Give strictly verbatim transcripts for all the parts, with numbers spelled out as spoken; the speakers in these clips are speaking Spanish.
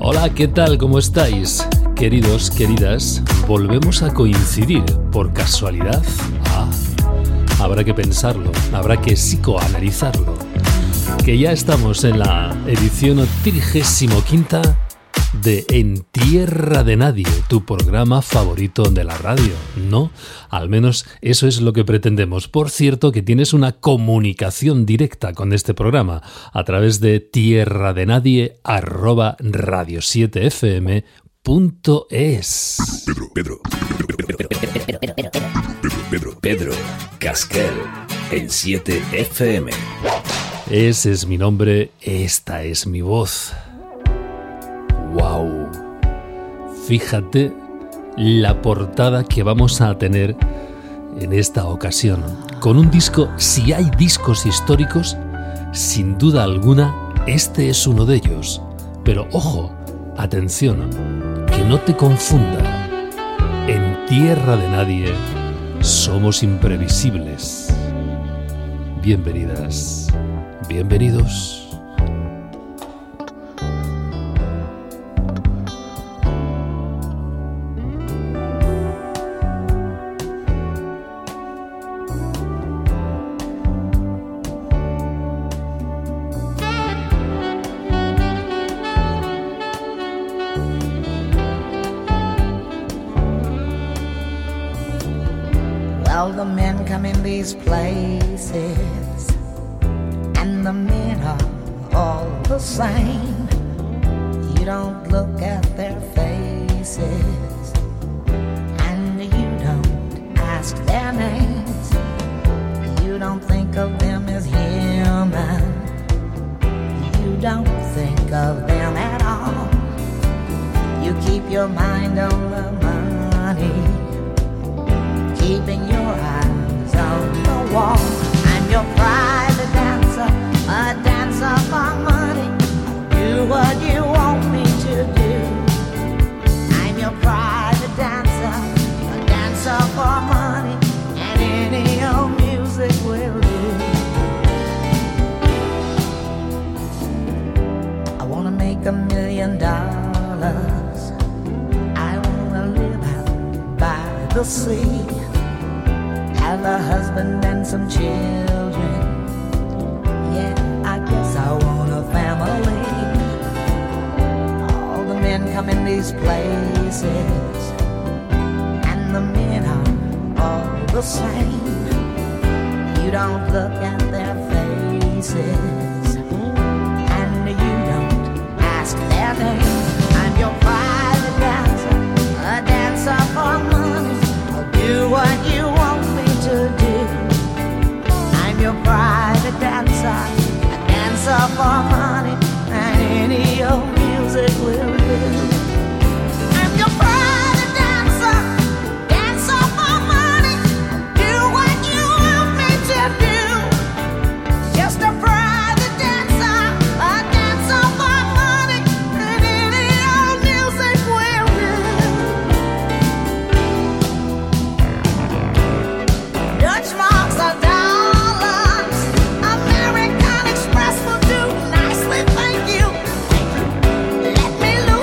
Hola, ¿qué tal? ¿Cómo estáis? Queridos, queridas, volvemos a coincidir. ¿Por casualidad? Ah, habrá que pensarlo, habrá que psicoanalizarlo. Que ya estamos en la edición trigésimo quinta de En Tierra de Nadie, tu programa favorito de la radio, ¿no? Al menos eso es lo que pretendemos. Por cierto, que tienes una comunicación directa con este programa a través de tierra de nadie arroba radio siete f m punto es. Pedro, Pedro, Pedro, Pedro, Pedro, Pedro, Pedro, Pedro, Pedro, Casquel, en siete F M. Ese es mi nombre, esta es mi voz. ¡Wow! Fíjate la portada que vamos a tener en esta ocasión. Con un disco, si hay discos históricos, sin duda alguna, este es uno de ellos. Pero ojo, atención, que no te confunda. En Tierra de Nadie somos imprevisibles. Bienvenidas, bienvenidos. Well, the men come in these places, and the men are all the same. You don't look at their faces, and you don't ask their names. You don't think of them as human. You don't think of them at all. You keep your mind on the money, keeping your eyes on the wall. I'm your private dancer, a dancer for money. Do what you want me to do. I'm your private dancer, a dancer for money, and any old music will do. I wanna make a million dollars. I wanna live out by the sea, have a husband and some children. Yeah, I guess I want a family. All the men come in these places, and the men are all the same. You don't look at their faces, and you don't ask their names. I'm your private dancer, a dancer for money. I'll do what you want me to do. I'm your private dancer, a dancer for money, and any old music will do. I'm your private dancer, dancer for money. Do what you want me to do. Just a private dancer, a dancer for money, and any old music will do. Dutch marks are dollars, American Express will do nicely, thank you. Let me loose.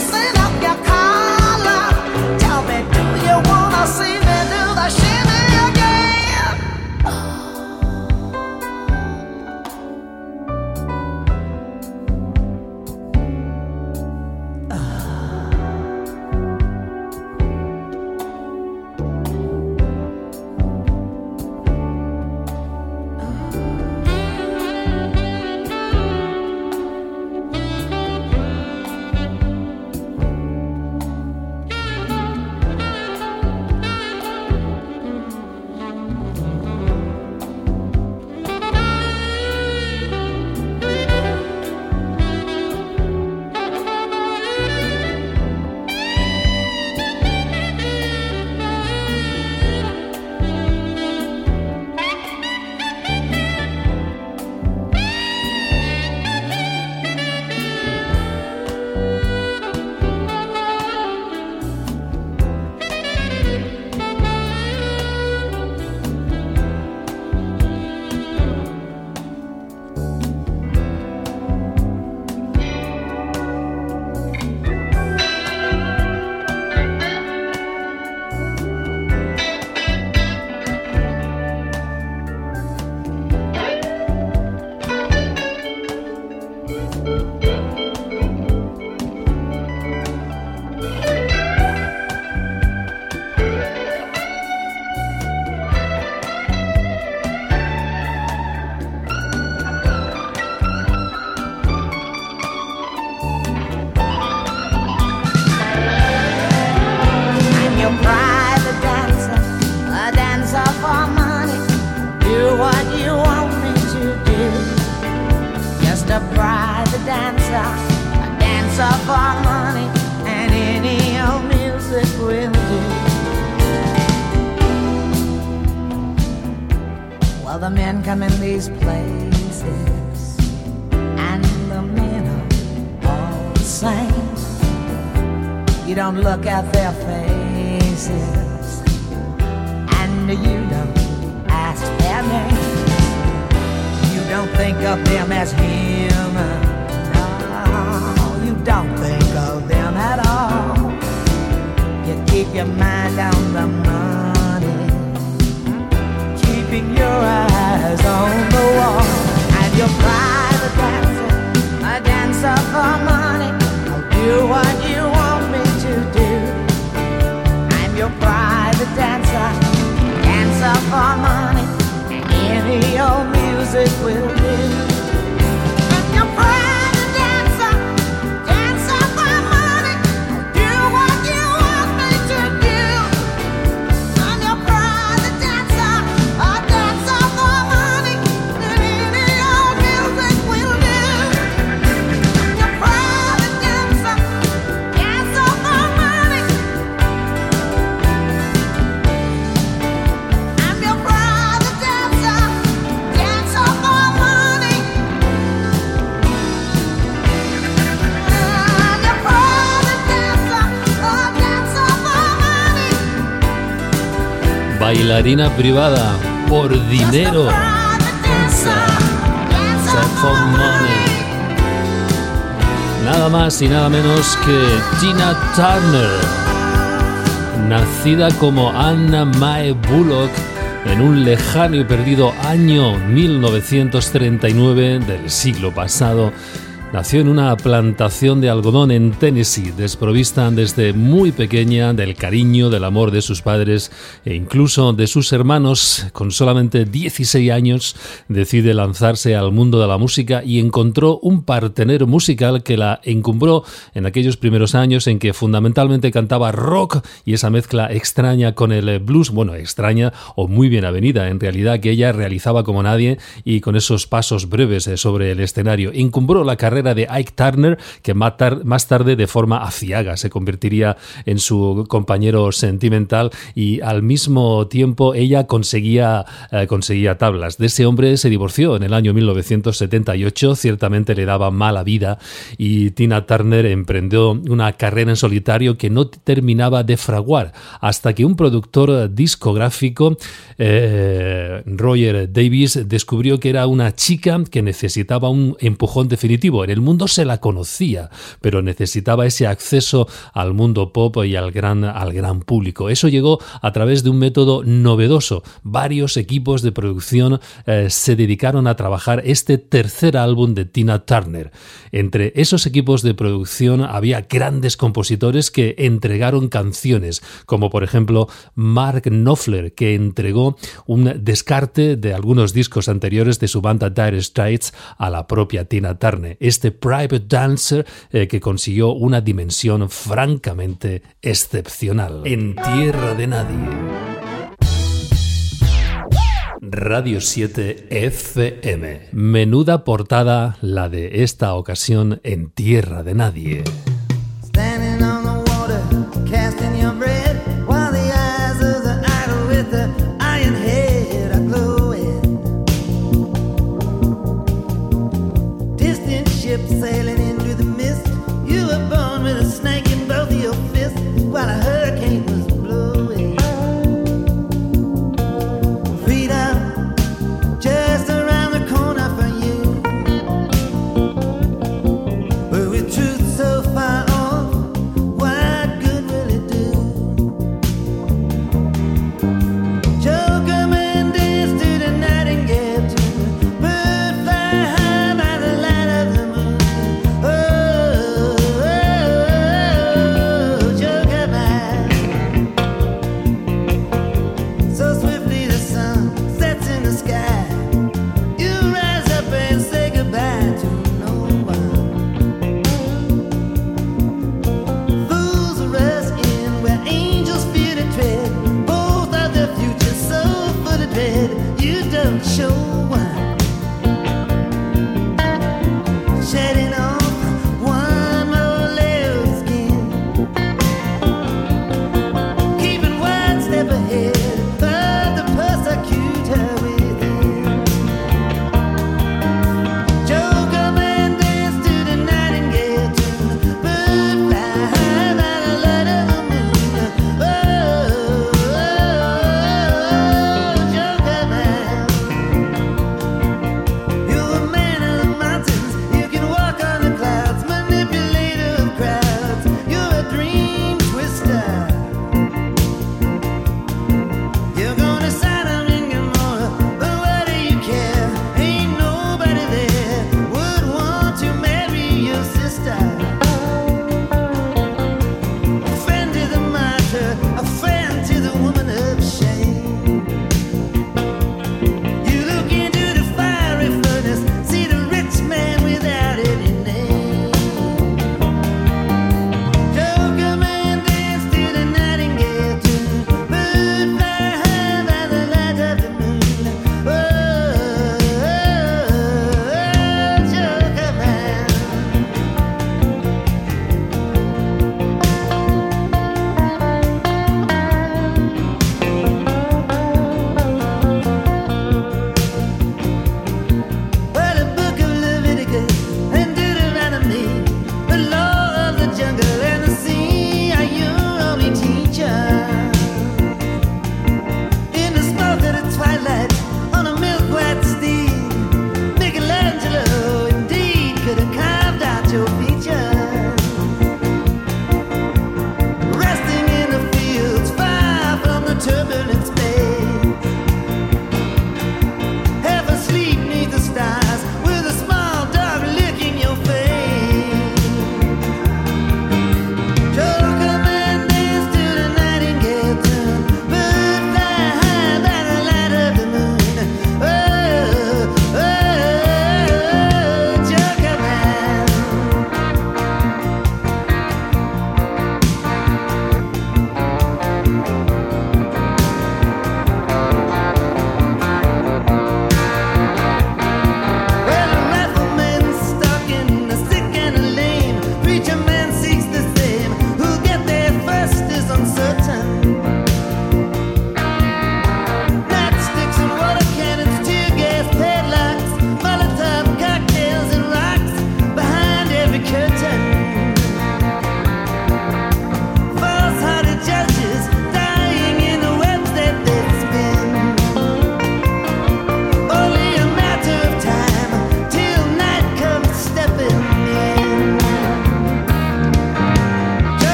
Look at their faces, and you don't ask their names. You don't think of them as human. No, you don't think of them at all. You keep your mind on the money, keeping your eyes on the wall. And your private dancer, a dancer for money, I'll do what you want me to do. I'm your private dancer, dancer for money, and any old music will do. I'm your private dancer, dancer for money, I'll do what you want me to do. I'm your private dancer, a dancer for money, and any old music will do. I'm your private dancer, dancer for money. I'm your private dancer, dancer for money. I'm your private dancer, a dancer for money. Bailarina privada por dinero. Dancer for money. Nada más y nada menos que Tina Turner, nacida como Anna Mae Bullock en un lejano y perdido año mil novecientos treinta y nueve del siglo pasado. Nació en una plantación de algodón en Tennessee, desprovista desde muy pequeña del cariño, del amor de sus padres e incluso de sus hermanos. Con solamente dieciséis años decide lanzarse al mundo de la música y encontró un partener musical que la encumbró en aquellos primeros años en que fundamentalmente cantaba rock y esa mezcla extraña con el blues, bueno, extraña o muy bien avenida en realidad, que ella realizaba como nadie y con esos pasos breves sobre el escenario. Encumbró la carrera de Ike Turner, que más tarde de forma aciaga se convertiría en su compañero sentimental, y al mismo tiempo ella conseguía, eh, conseguía tablas. De ese hombre se divorció en el año mil novecientos setenta y ocho, ciertamente le daba mala vida y Tina Turner emprendió una carrera en solitario que no terminaba de fraguar hasta que un productor discográfico, eh, Roger Davis, descubrió que era una chica que necesitaba un empujón definitivo. En el mundo se la conocía, pero necesitaba ese acceso al mundo pop y al gran, al gran público. Eso llegó a través de un método novedoso. Varios equipos de producción eh, se dedicaron a trabajar este tercer álbum de Tina Turner. Entre esos equipos de producción había grandes compositores que entregaron canciones, como por ejemplo Mark Knopfler, que entregó un descarte de algunos discos anteriores de su banda Dire Straits a la propia Tina Turner. Este Private Dancer eh, que consiguió una dimensión francamente excepcional. En tierra de nadie. Radio siete F M. Menuda portada la de esta ocasión en tierra de nadie. Standing on the water, casting your bread, while the eyes of the idol with the iron head are glowing. Distant ships sailing into the mist. You were born with a snake in both of your fists, while a hurricane was blowing. Freedom, just around the corner for you. But with truth so far off, what good will it do? Joe come and dance to the nightingale tune. Bird fly high by the light of the moon.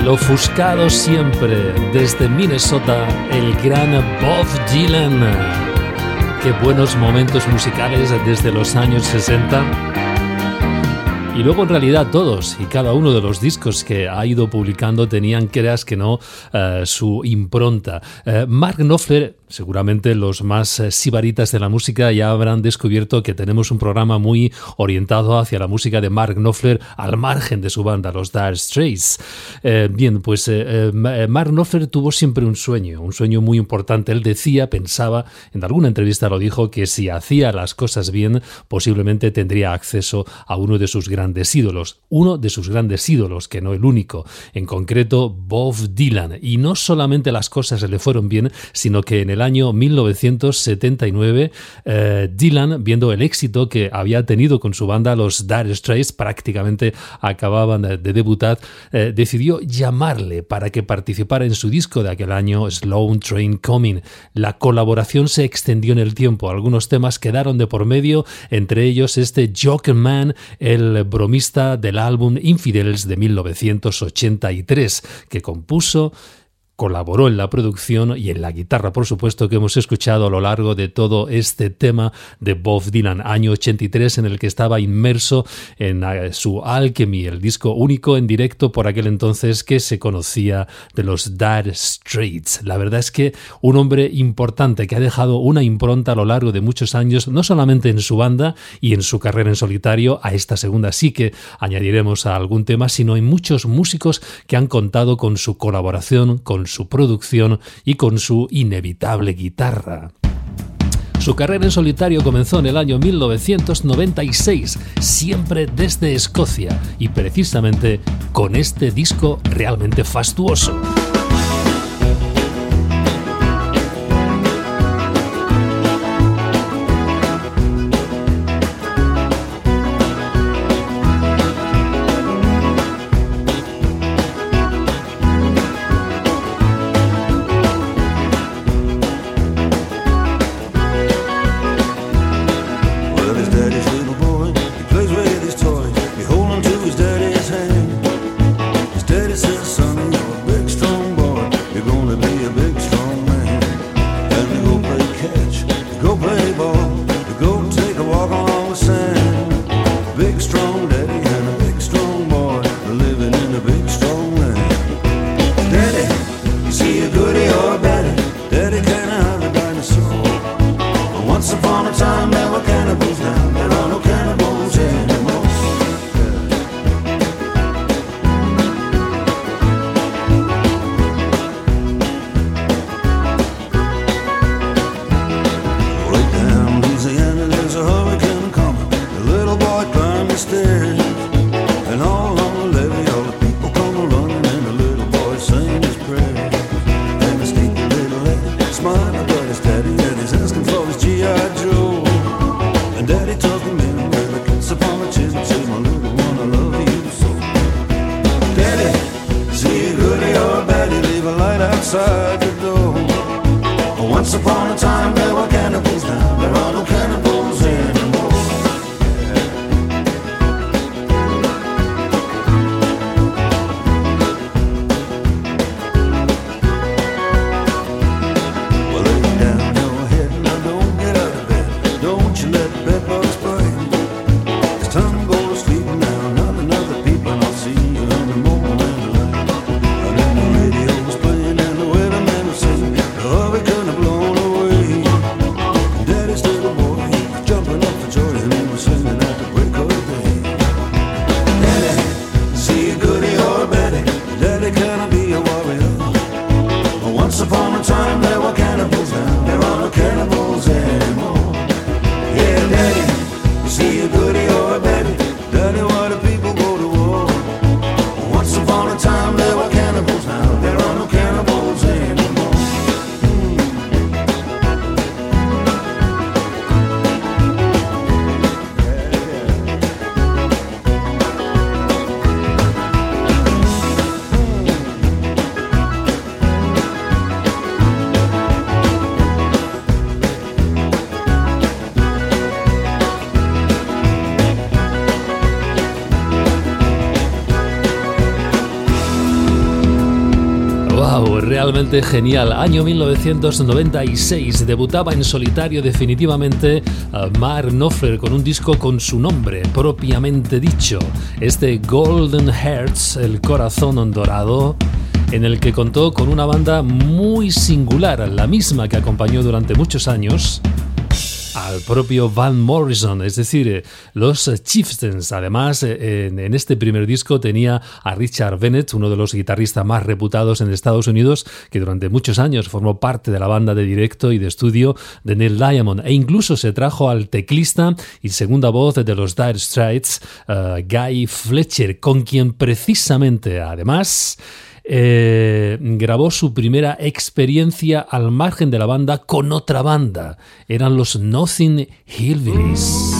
El ofuscado siempre, desde Minnesota, el gran Bob Dylan. Qué buenos momentos musicales desde los años sesenta. Y luego en realidad todos y cada uno de los discos que ha ido publicando tenían, creas que no, uh, su impronta. Uh, Mark Knopfler, seguramente los más eh, sibaritas de la música ya habrán descubierto que tenemos un programa muy orientado hacia la música de Mark Knopfler al margen de su banda, los Dire Straits. Eh, bien, pues eh, eh, Mark Knopfler tuvo siempre un sueño, un sueño muy importante. Él decía, pensaba, en alguna entrevista lo dijo, que si hacía las cosas bien, posiblemente tendría acceso a uno de sus grandes ídolos, uno de sus grandes ídolos, que no el único, en concreto Bob Dylan. Y no solamente las cosas le fueron bien, sino que en el año mil novecientos setenta y nueve, eh, Dylan, viendo el éxito que había tenido con su banda, los Dire Straits, prácticamente acababan de, de debutar, eh, decidió llamarle para que participara en su disco de aquel año, Slow Train Coming. La colaboración se extendió en el tiempo, algunos temas quedaron de por medio, entre ellos este Joker Man, el bromista del álbum Infidels de mil novecientos ochenta y tres, que compuso, colaboró en la producción y en la guitarra, por supuesto, que hemos escuchado a lo largo de todo este tema de Bob Dylan, año ochenta y tres, en el que estaba inmerso en su Alchemy, el disco único en directo por aquel entonces que se conocía de los Dire Straits. La verdad es que un hombre importante que ha dejado una impronta a lo largo de muchos años, no solamente en su banda y en su carrera en solitario, a esta segunda sí que añadiremos a algún tema, sino en muchos músicos que han contado con su colaboración, con su producción y con su inevitable guitarra. Su carrera en solitario comenzó en el año mil novecientos noventa y seis, siempre desde Escocia, y precisamente con este disco realmente fastuoso. Away. realmente genial. Año mil novecientos noventa y seis, debutaba en solitario definitivamente uh, Mark Knopfler con un disco con su nombre propiamente dicho, este Golden Hearts, el corazón dorado, en el que contó con una banda muy singular, la misma que acompañó durante muchos años al propio Van Morrison, es decir, los Chieftains. Además, en, en este primer disco tenía a Richard Bennett, uno de los guitarristas más reputados en Estados Unidos, que durante muchos años formó parte de la banda de directo y de estudio de Neil Diamond, e incluso se trajo al teclista y segunda voz de los Dire Straits, uh, Guy Fletcher, con quien precisamente, además, Eh, grabó su primera experiencia al margen de la banda con otra banda. Eran los Nothing Hillbillies.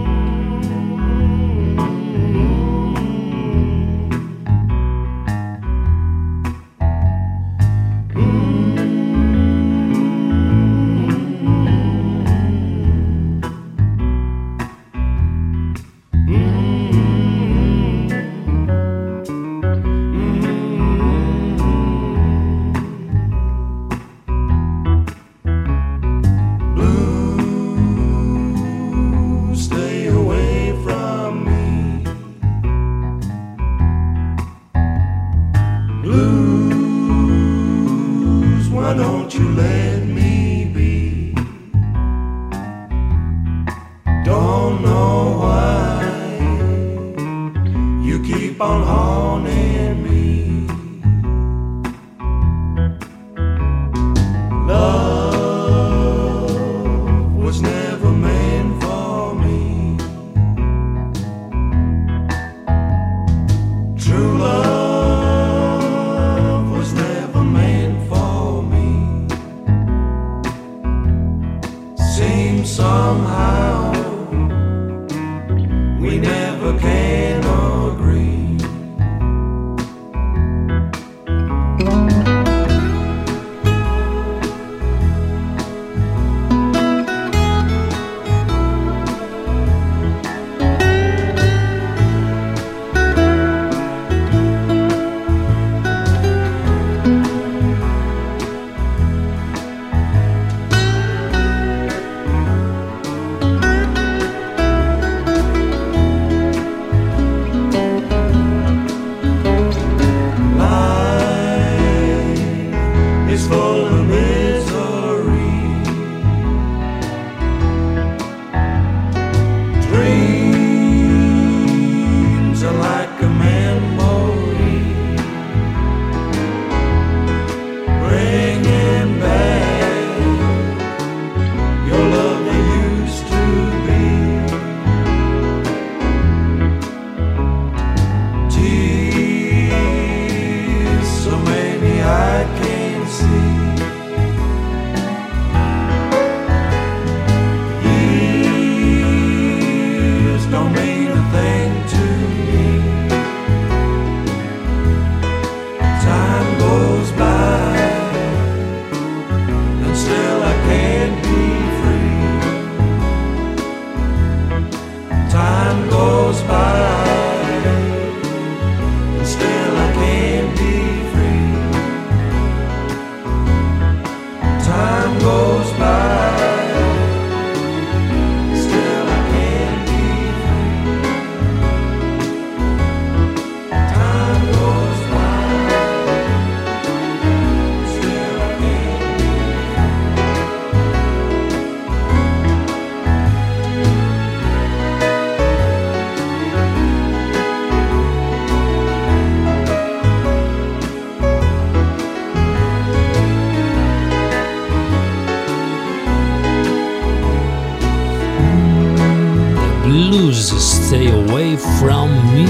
Stay away from me.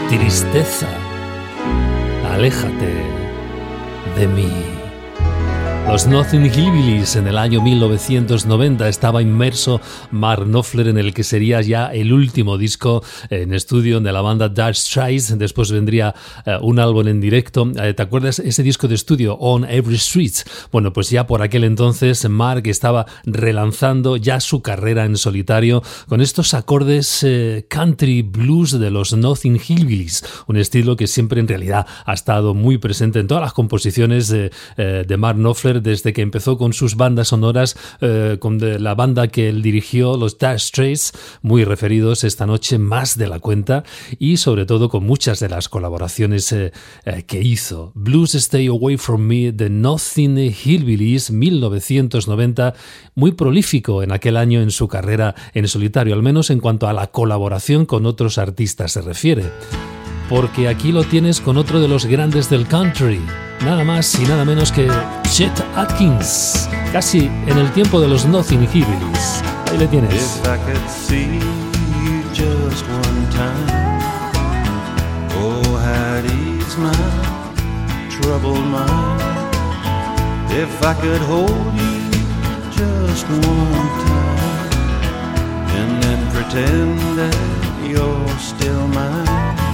Tristeza, aléjate de mí. Los Nothing Hillbillies. En el año mil novecientos noventa estaba inmerso Mark Knopfler en el que sería ya el último disco en estudio de la banda Dire Straits. Después vendría eh, un álbum en directo. Eh, ¿Te acuerdas ese disco de estudio, On Every Street? Bueno, pues ya por aquel entonces Mark estaba relanzando ya su carrera en solitario con estos acordes eh, country blues de los Nothing Hillbillies, un estilo que siempre en realidad ha estado muy presente en todas las composiciones de, eh, de Mark Knopfler desde que empezó con sus bandas sonoras, eh, con de la banda que él dirigió, los Dire Straits, muy referidos esta noche más de la cuenta, y sobre todo con muchas de las colaboraciones eh, eh, que hizo. Blues Stay Away From Me de Nothing Hillbillies, mil novecientos noventa, muy prolífico en aquel año en su carrera en solitario, al menos en cuanto a la colaboración con otros artistas se refiere. Porque aquí lo tienes con otro de los grandes del country, nada más y nada menos que Chet Atkins, casi en el tiempo de los Nothing Hillbillies. Ahí le tienes. If I could see you just one time, oh, I'd ease my troubled mind. If I could hold you just one time, and then pretend that you're still mine.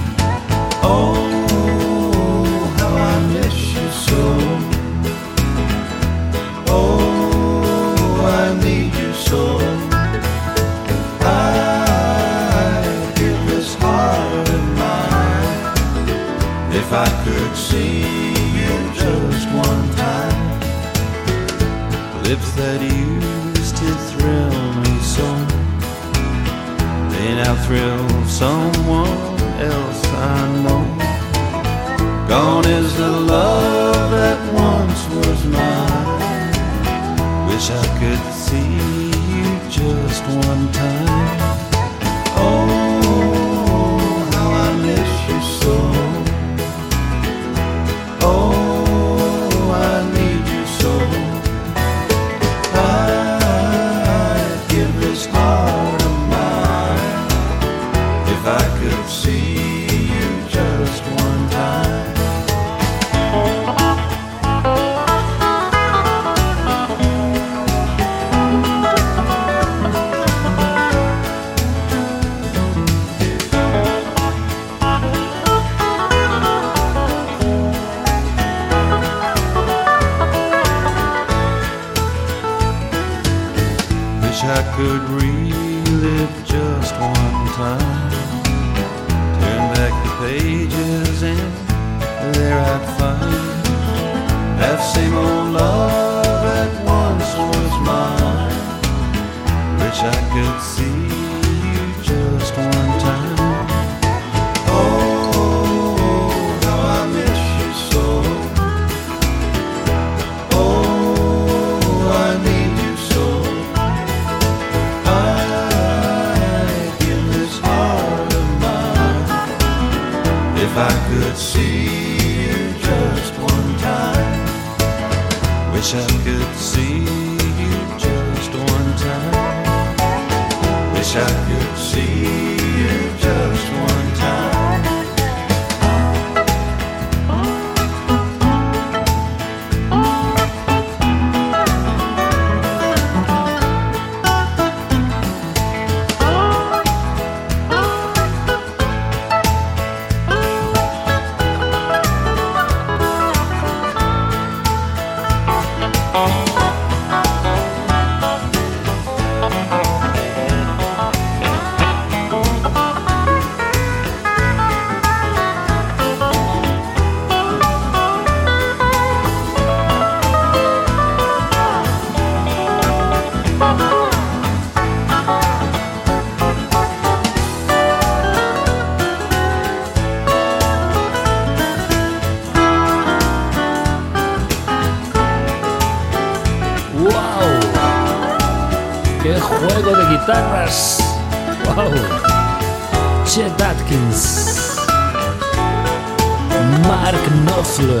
Oh, how I miss you so. Oh, I need you so. I'd give this heart of mine if I could see you just one time. Lips that used to thrill me so, they now thrill someone else I know. Gone is the love that once was mine. Wish I could see you just one time. Oh, how I miss you so. Oh, I need you so. I'd give this heart of mine if I could see you just one time. Wish I could relive just one time. Turn back the pages and there I'd find that same old love that once was mine. Wish I could see you just one time. Oh, how I miss you so. Oh, I need you so. I'd give this heart of mine if I could see you just one time. Wish I could see you just one time. Wish I could see you just one time. Guitarras. Wow. Chet Atkins, Mark Knopfler.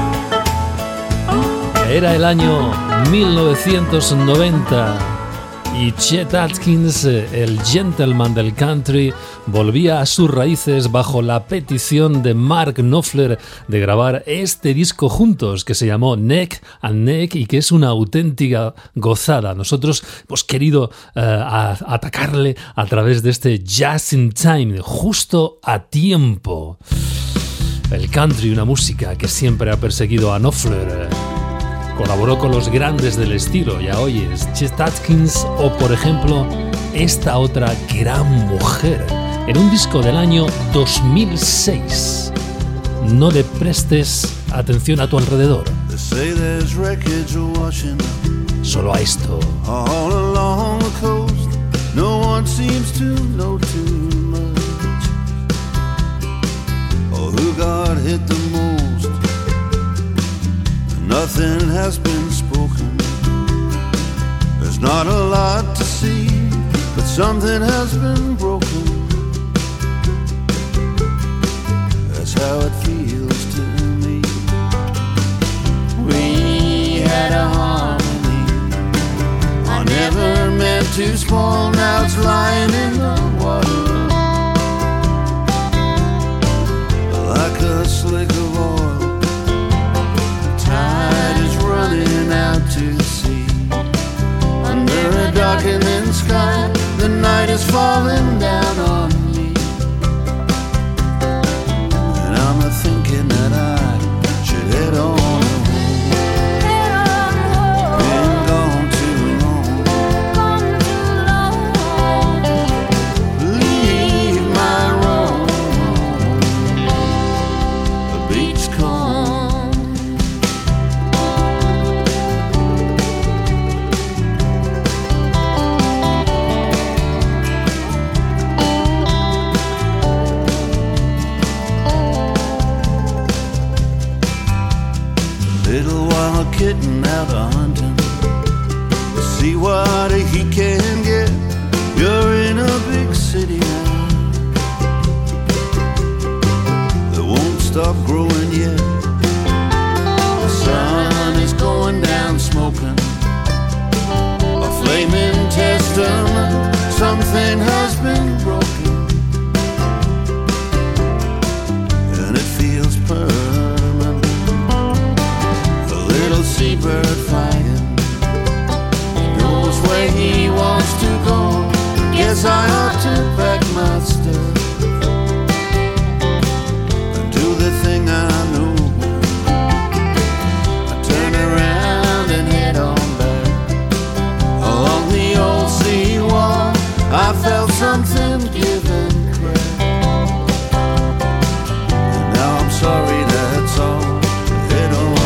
Era el año mil novecientos noventa Y Chet Atkins, el gentleman del country, volvía a sus raíces bajo la petición de Mark Knopfler de grabar este disco juntos, que se llamó Neck and Neck y que es una auténtica gozada. Nosotros hemos querido uh, a, atacarle a través de este Just in Time, justo a tiempo. El country, una música que siempre ha perseguido a Knopfler. Colaboró con los grandes del estilo, ya oyes, Chet Atkins o, por ejemplo, esta otra gran mujer, en un disco del año dos mil seis. No le prestes atención a tu alrededor. Solo a esto. All along the coast, no one seems to know too much. Oh, who got hit the most? Nothing has been spoken. There's not a lot to see, but something has been broken. That's how it feels to me. We had a harmony I never meant to spoil. Now it's lying in the water like a slick of oil. Tide is running out to sea. Under a darkening sky, the night is falling down on me. And I'm a thinking that I should head on home. Been gone too long. Leave my room. The beach calm. Little wild kitten out a hunting to see what he can get. You're in a big city now that won't stop growing yet. The sun is going down smoking, a flaming testament. Something has been broken, and it feels perfect. Seabird flying, he knows where he wants to go. Guess I ought to pack my stuff and do the thing I know. I turn around and head on back along the old seawall. I felt something give and crack, and now I'm sorry, that's all. Head on.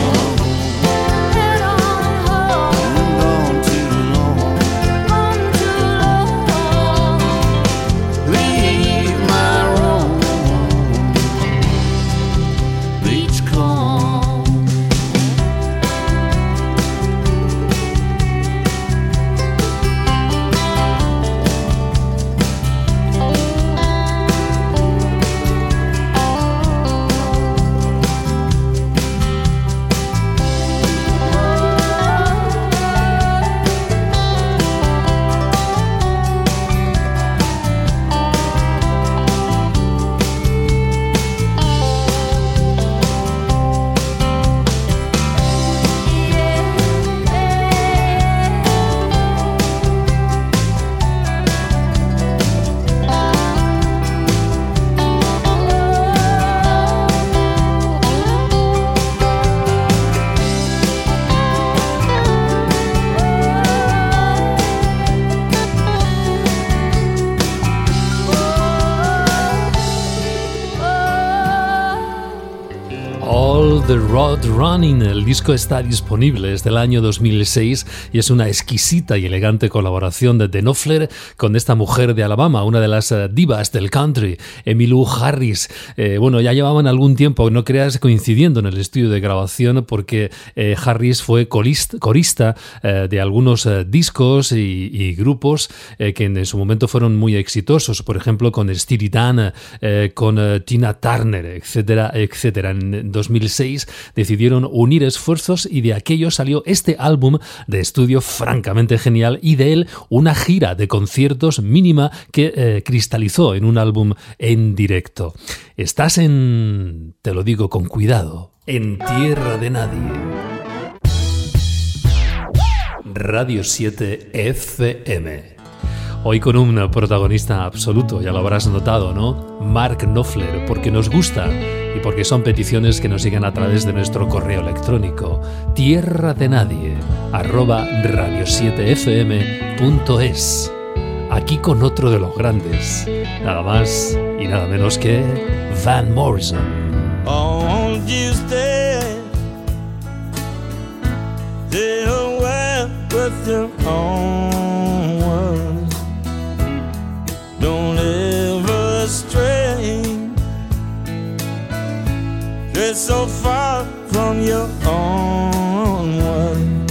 The Road Running. El disco está disponible, es del año dos mil seis y es una exquisita y elegante colaboración de The Knopfler con esta mujer de Alabama, una de las divas del country, Emmylou Harris. Eh, bueno, ya llevaban algún tiempo, no creas, coincidiendo en el estudio de grabación porque eh, Harris fue corista, corista eh, de algunos eh, discos y, y grupos eh, que en su momento fueron muy exitosos, por ejemplo con Steely Dan, eh, con eh, Tina Turner, etcétera, etcétera. En dos mil seis seis decidieron unir esfuerzos y de aquello salió este álbum de estudio francamente genial y de él una gira de conciertos mínima que eh, cristalizó en un álbum en directo. Estás en, te lo digo con cuidado, en tierra de nadie. Radio siete F M. Hoy con un protagonista absoluto, ya lo habrás notado, ¿no? Mark Knopfler, porque nos gusta y porque son peticiones que nos llegan a través de nuestro correo electrónico tierra de nadie arroba radio siete f m punto es. Aquí con otro de los grandes, nada más y nada menos que Van Morrison. Oh, you stay, stay away with your own words. Don't ever stray, stray so far from your own one.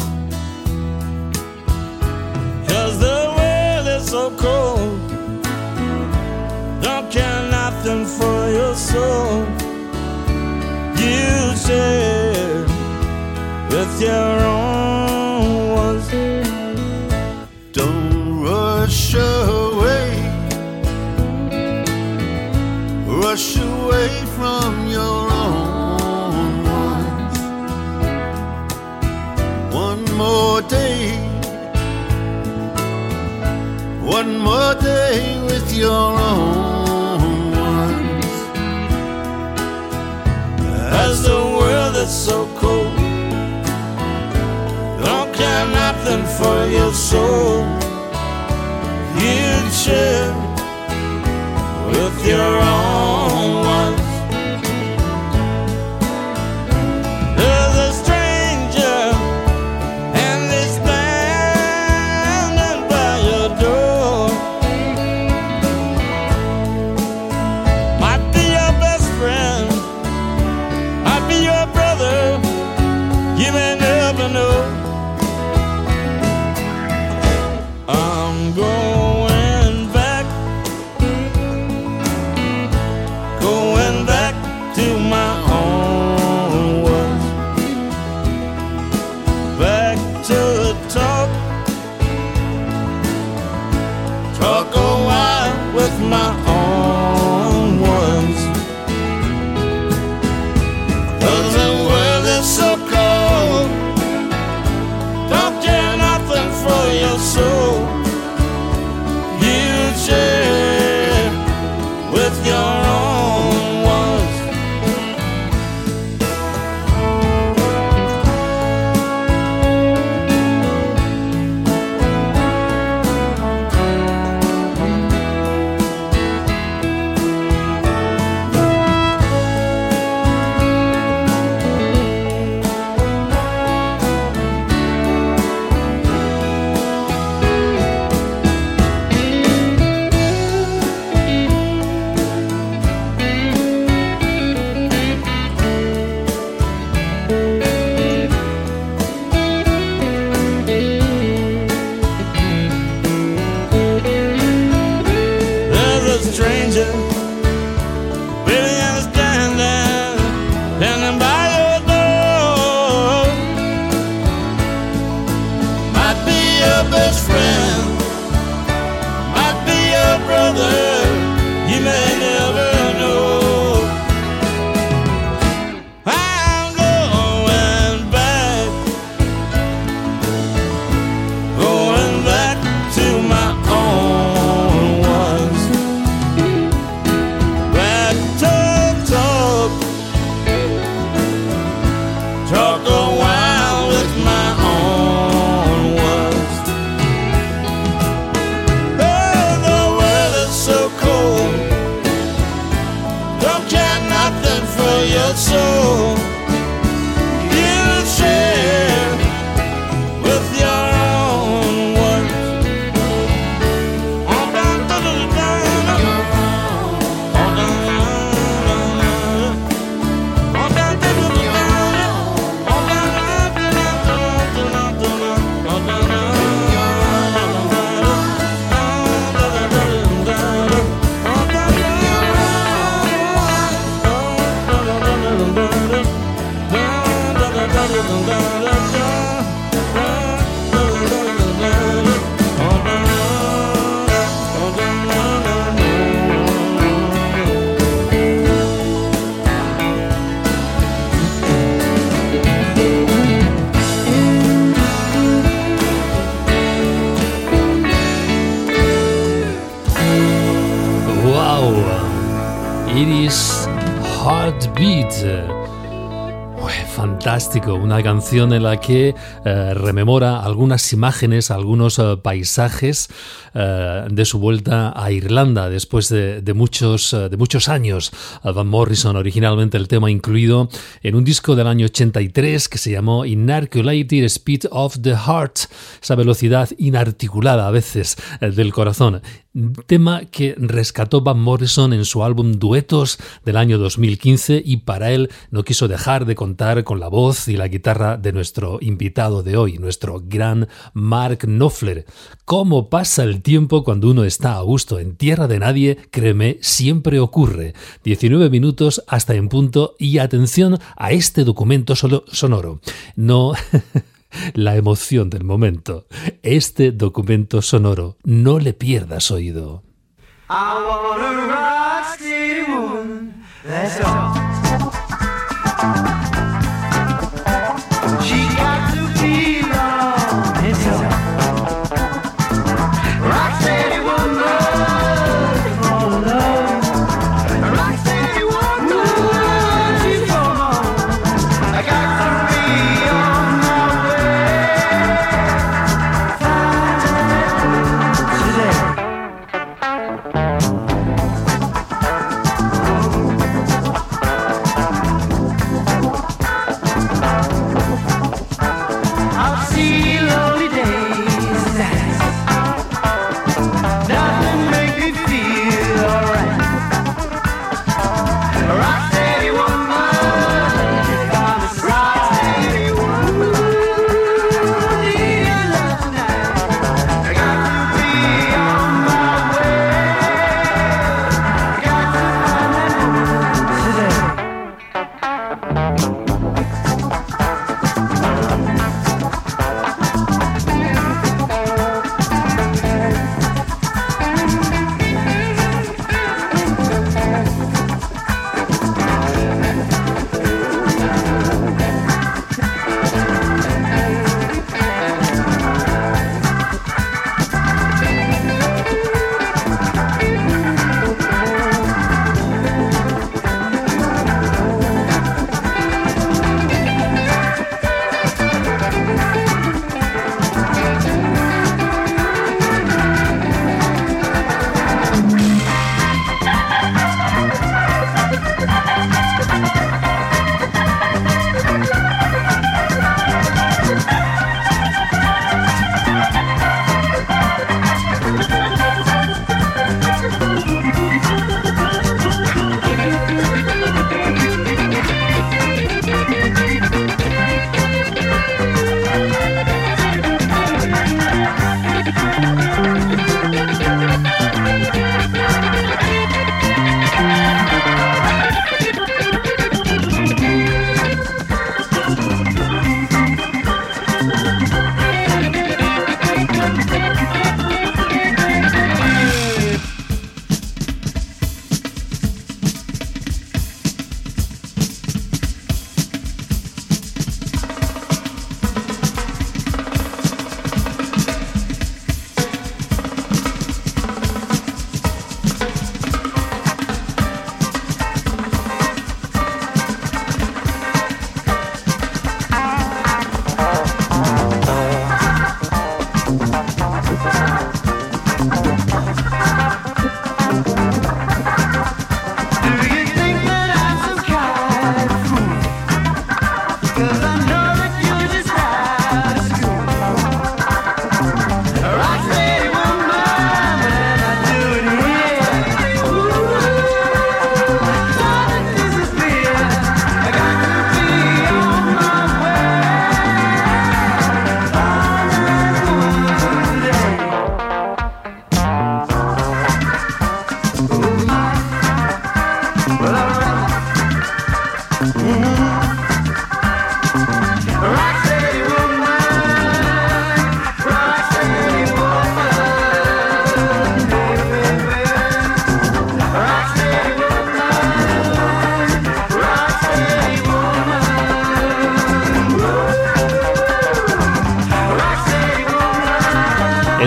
'Cause the world is so cold, don't care nothing for your soul. You share with your own ones. Don't rush away, rush away from your own ones. One more day, one more day with your own ones. As the world is so cold, don't care nothing for your soul. You share with your own ones. There's a stranger and he's standing by your door. Might be your best friend, might be your brother, you may never know. I'm going back, going back to my own words, back to talk, talk a while with my own ones. 'Cause the world is so cold, Heartbeat. Uy, fantástico, una canción en la que eh, rememora algunas imágenes, algunos eh, paisajes eh, de su vuelta a Irlanda después de, de, muchos, de muchos años. Van Morrison, originalmente el tema incluido en un disco del año ochenta y tres que se llamó Inarticulated Speed of the Heart, esa velocidad inarticulada a veces eh, del corazón. Tema que rescató Van Morrison en su álbum Duetos del año dos mil quince, y para él no quiso dejar de contar con la voz y la guitarra de nuestro invitado de hoy, nuestro gran Mark Knopfler. ¿Cómo pasa el tiempo cuando uno está a gusto en tierra de nadie? Créeme, siempre ocurre. diecinueve minutos hasta en punto, y atención a este documento solo sonoro. No... La emoción del momento. Este documento sonoro, no le pierdas oído. I want a rock steady woman, that's all. She got to be long, it's all. Rock steady woman, for love. Rock steady woman, she's for more. I got to be on my way. Today.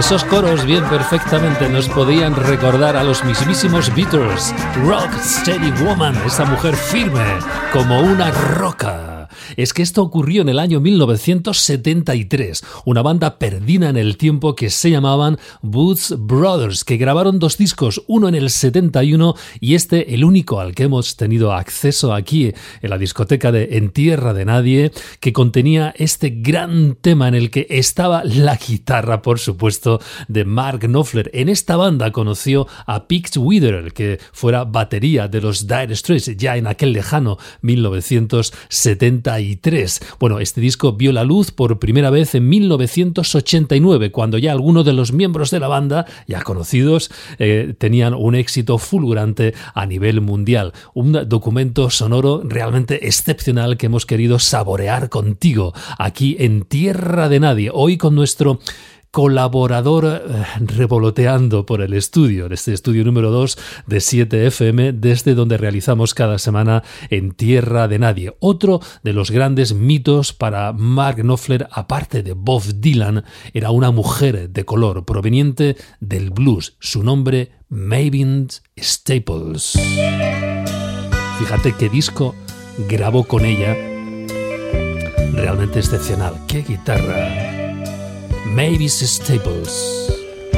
Esos coros bien perfectamente nos podían recordar a los mismísimos Beatles. Rock Steady Woman, esa mujer firme como una roca. Es que esto ocurrió en el año mil novecientos setenta y tres, una banda perdida en el tiempo que se llamaban Boots Brothers, que grabaron dos discos, uno en el setenta y uno y este el único al que hemos tenido acceso aquí en la discoteca de En Tierra de Nadie, que contenía este gran tema en el que estaba la guitarra, por supuesto, de Mark Knopfler. En esta banda conoció a Pete Withers, que fuera batería de los Dire Straits ya en aquel lejano mil novecientos setenta y tres. Bueno, este disco vio la luz por primera vez en mil novecientos ochenta y nueve, cuando ya algunos de los miembros de la banda, ya conocidos, eh, tenían un éxito fulgurante a nivel mundial. Un documento sonoro realmente excepcional que hemos querido saborear contigo aquí en Tierra de Nadie, hoy con nuestro colaborador eh, revoloteando por el estudio, en este estudio número dos de siete F M, desde donde realizamos cada semana En Tierra de Nadie. Otro de los grandes mitos para Mark Knopfler, aparte de Bob Dylan, era una mujer de color proveniente del blues. Su nombre, Mavis Staples. Fíjate qué disco grabó con ella, realmente excepcional. ¡Qué guitarra! Mavis Staples.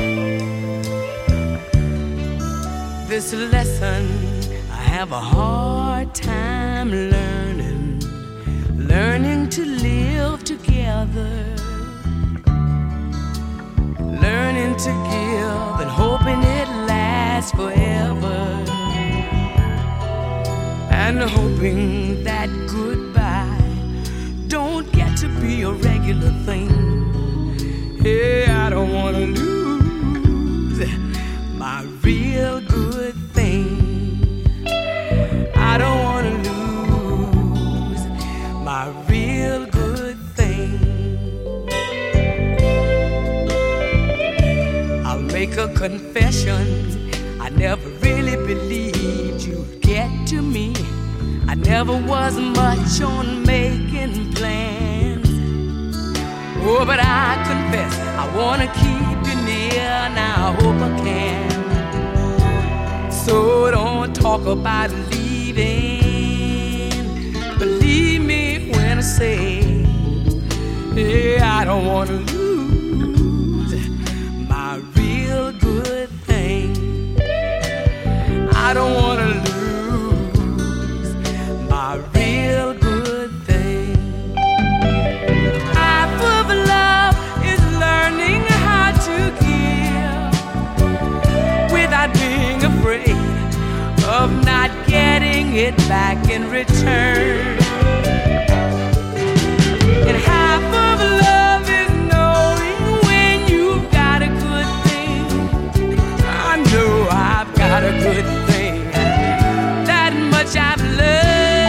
This lesson I have a hard time learning, learning to live together, learning to give and hoping it lasts forever, and hoping that goodbye don't get to be a regular thing. Hey, I don't want to lose my real good thing. I don't want to lose my real good thing. I'll make a confession. I never really believed you'd get to me. I never was much on making plans. Oh, but I confess, I wanna keep you near, now I hope I can. So don't talk about leaving. Believe me when I say, hey, I don't wanna lose my real good thing. I don't wanna lose my real good thing. Being afraid of not getting it back in return. And half of love is knowing when you've got a good thing. I know I've got a good thing. That much I've learned.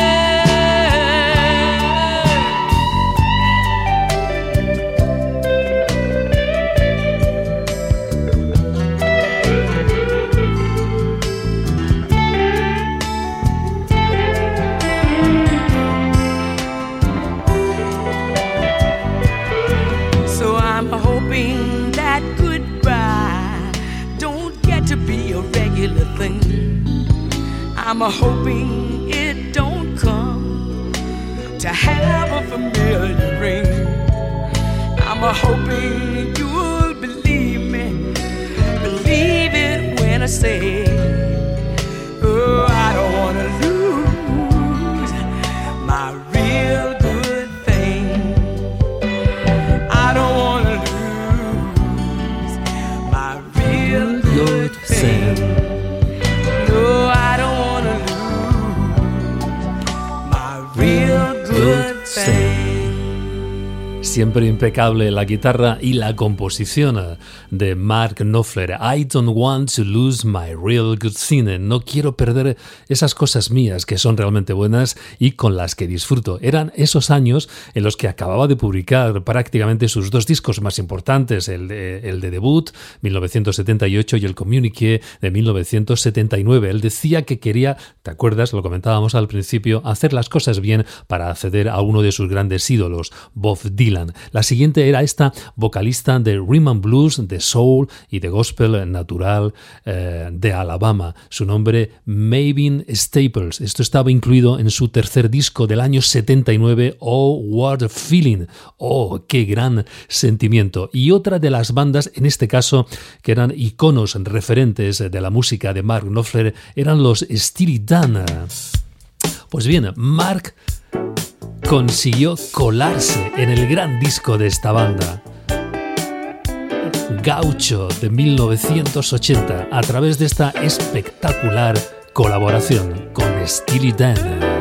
Thing. I'm a hoping it don't come to have a familiar ring. I'm a hoping you'll believe me, believe it when I say, oh, I don't want to lose my real good thing. I don't want to lose my real good thing. Siempre impecable la guitarra y la composición de Mark Knopfler. I don't want to lose my real good thing. No quiero perder esas cosas mías que son realmente buenas y con las que disfruto. Eran esos años en los que acababa de publicar prácticamente sus dos discos más importantes, el de, el de debut, mil novecientos setenta y ocho, y el Communiqué de mil novecientos setenta y nueve. Él decía que quería, ¿te acuerdas? Lo comentábamos al principio, hacer las cosas bien para acceder a uno de sus grandes ídolos, Bob Dylan. Dylan. La siguiente era esta vocalista de rhythm and blues, de soul y de gospel natural eh, de Alabama. Su nombre, Maven Staples. Esto estaba incluido en su tercer disco del año setenta y nueve, Oh, What a Feeling. Oh, qué gran sentimiento. Y otra de las bandas, en este caso, que eran iconos referentes de la música de Mark Knopfler, eran los Steely Dan. Pues bien, Mark consiguió colarse en el gran disco de esta banda, Gaucho, de mil novecientos ochenta, a través de esta espectacular colaboración con Steely Dan.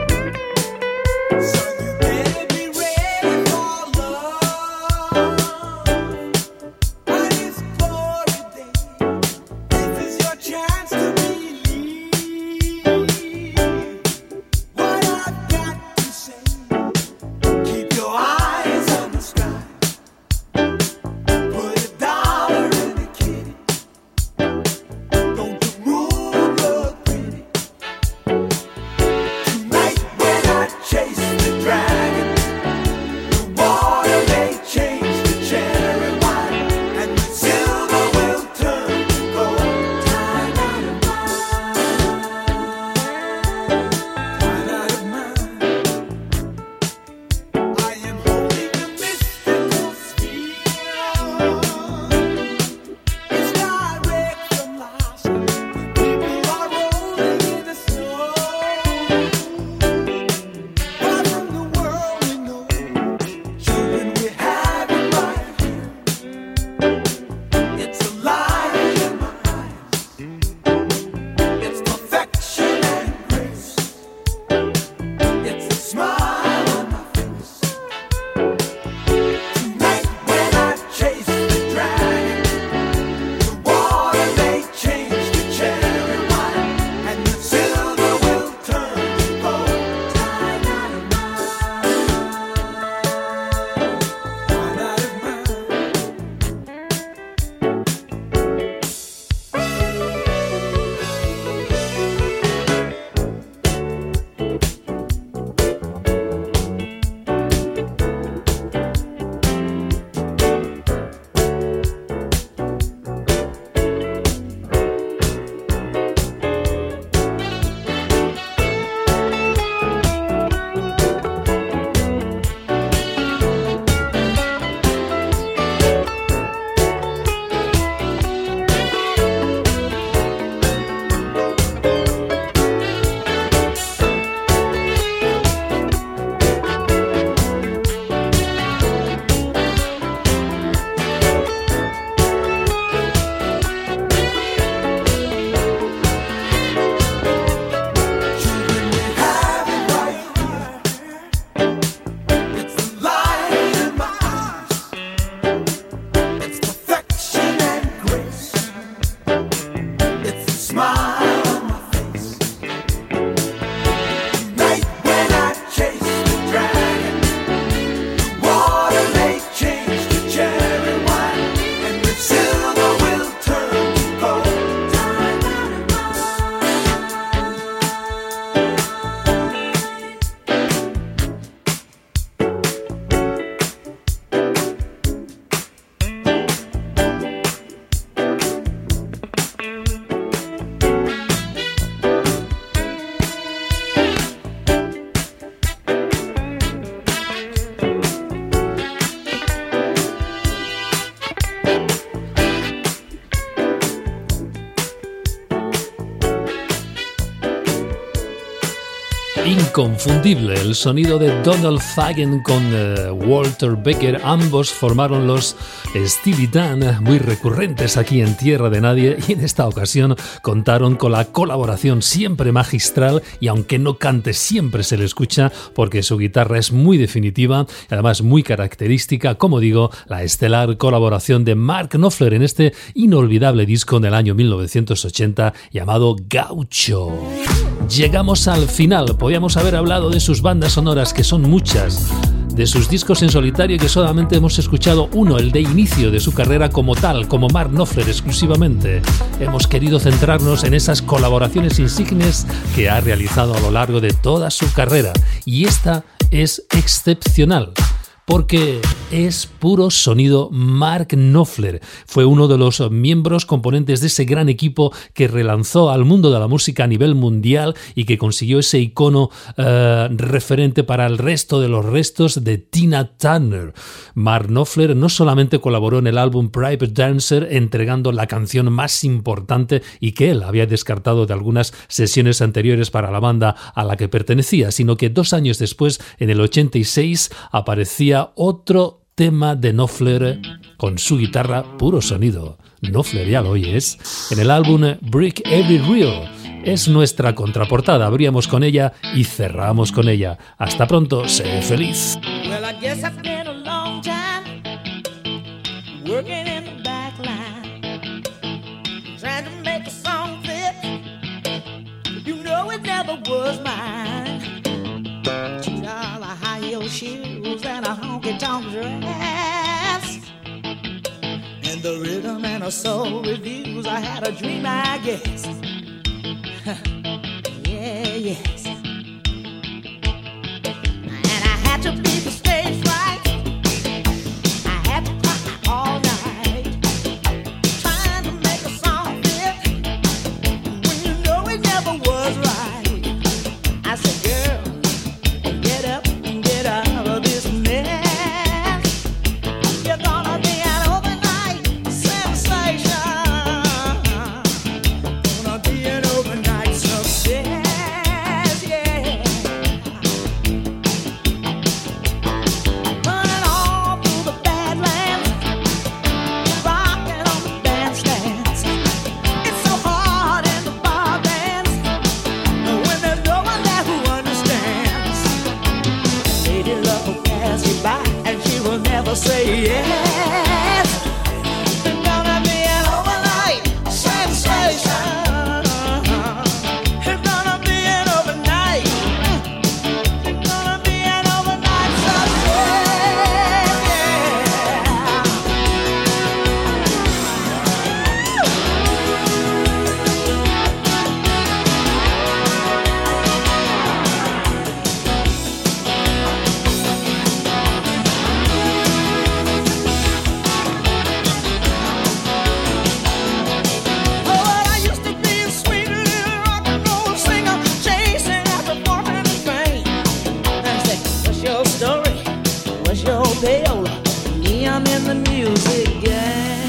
Inconfundible el sonido de Donald Fagen con uh, Walter Becker. Ambos formaron los Steely Dan, muy recurrentes aquí en Tierra de Nadie, y en esta ocasión contaron con la colaboración siempre magistral, y aunque no cante siempre se le escucha porque su guitarra es muy definitiva y además muy característica, como digo, la estelar colaboración de Mark Knopfler en este inolvidable disco del año mil novecientos ochenta llamado Gaucho. Llegamos al final. Podíamos haber hablado de sus bandas sonoras, que son muchas, de sus discos en solitario, que solamente hemos escuchado uno, el de inicio de su carrera como tal, como Mark Knopfler exclusivamente. Hemos querido centrarnos en esas colaboraciones insignes que ha realizado a lo largo de toda su carrera, y esta es excepcional, porque es puro sonido Mark Knopfler. Fue uno de los miembros componentes de ese gran equipo que relanzó al mundo de la música a nivel mundial y que consiguió ese icono uh, referente para el resto de los restos de Tina Turner. Mark Knopfler no solamente colaboró en el álbum Private Dancer entregando la canción más importante y que él había descartado de algunas sesiones anteriores para la banda a la que pertenecía, sino que dos años después, en el ochenta y seis, aparecía otro tema de Knopfler con su guitarra puro sonido. Knopfler, ya lo oyes, en el álbum Break Every Reel. Es nuestra contraportada, abríamos con ella y cerramos con ella. Hasta pronto, sé feliz. Well, I guess I've been a long time working in the back line, trying to make a song fit. You know it never was mine. She's all a high heel shoes and a honky-tonk dress, and the rhythm and a soul reviews. I had a dream, I guess. Yeah, yes. And I had to be the stage right. I had to cry all night, trying to make a song fit when you know it never was right. I said, girl, get up and get out of this mess. You're gonna be an overnight sensation. Gonna be an overnight success, yeah. Running all through the Badlands, rocking on the bandstands. It's so hard in the bar bands when there's no one there who understands. Lady love will pass you by and she will never say yes. It's gonna be an overnight sensation. It's gonna be an overnight. It's gonna be an overnight success. Yeah. Oh, well, I used to be a sweet little rock and roll singer, chasing after fortune and fame. I said, what's your story? What's your tale? Me, I'm in the music game.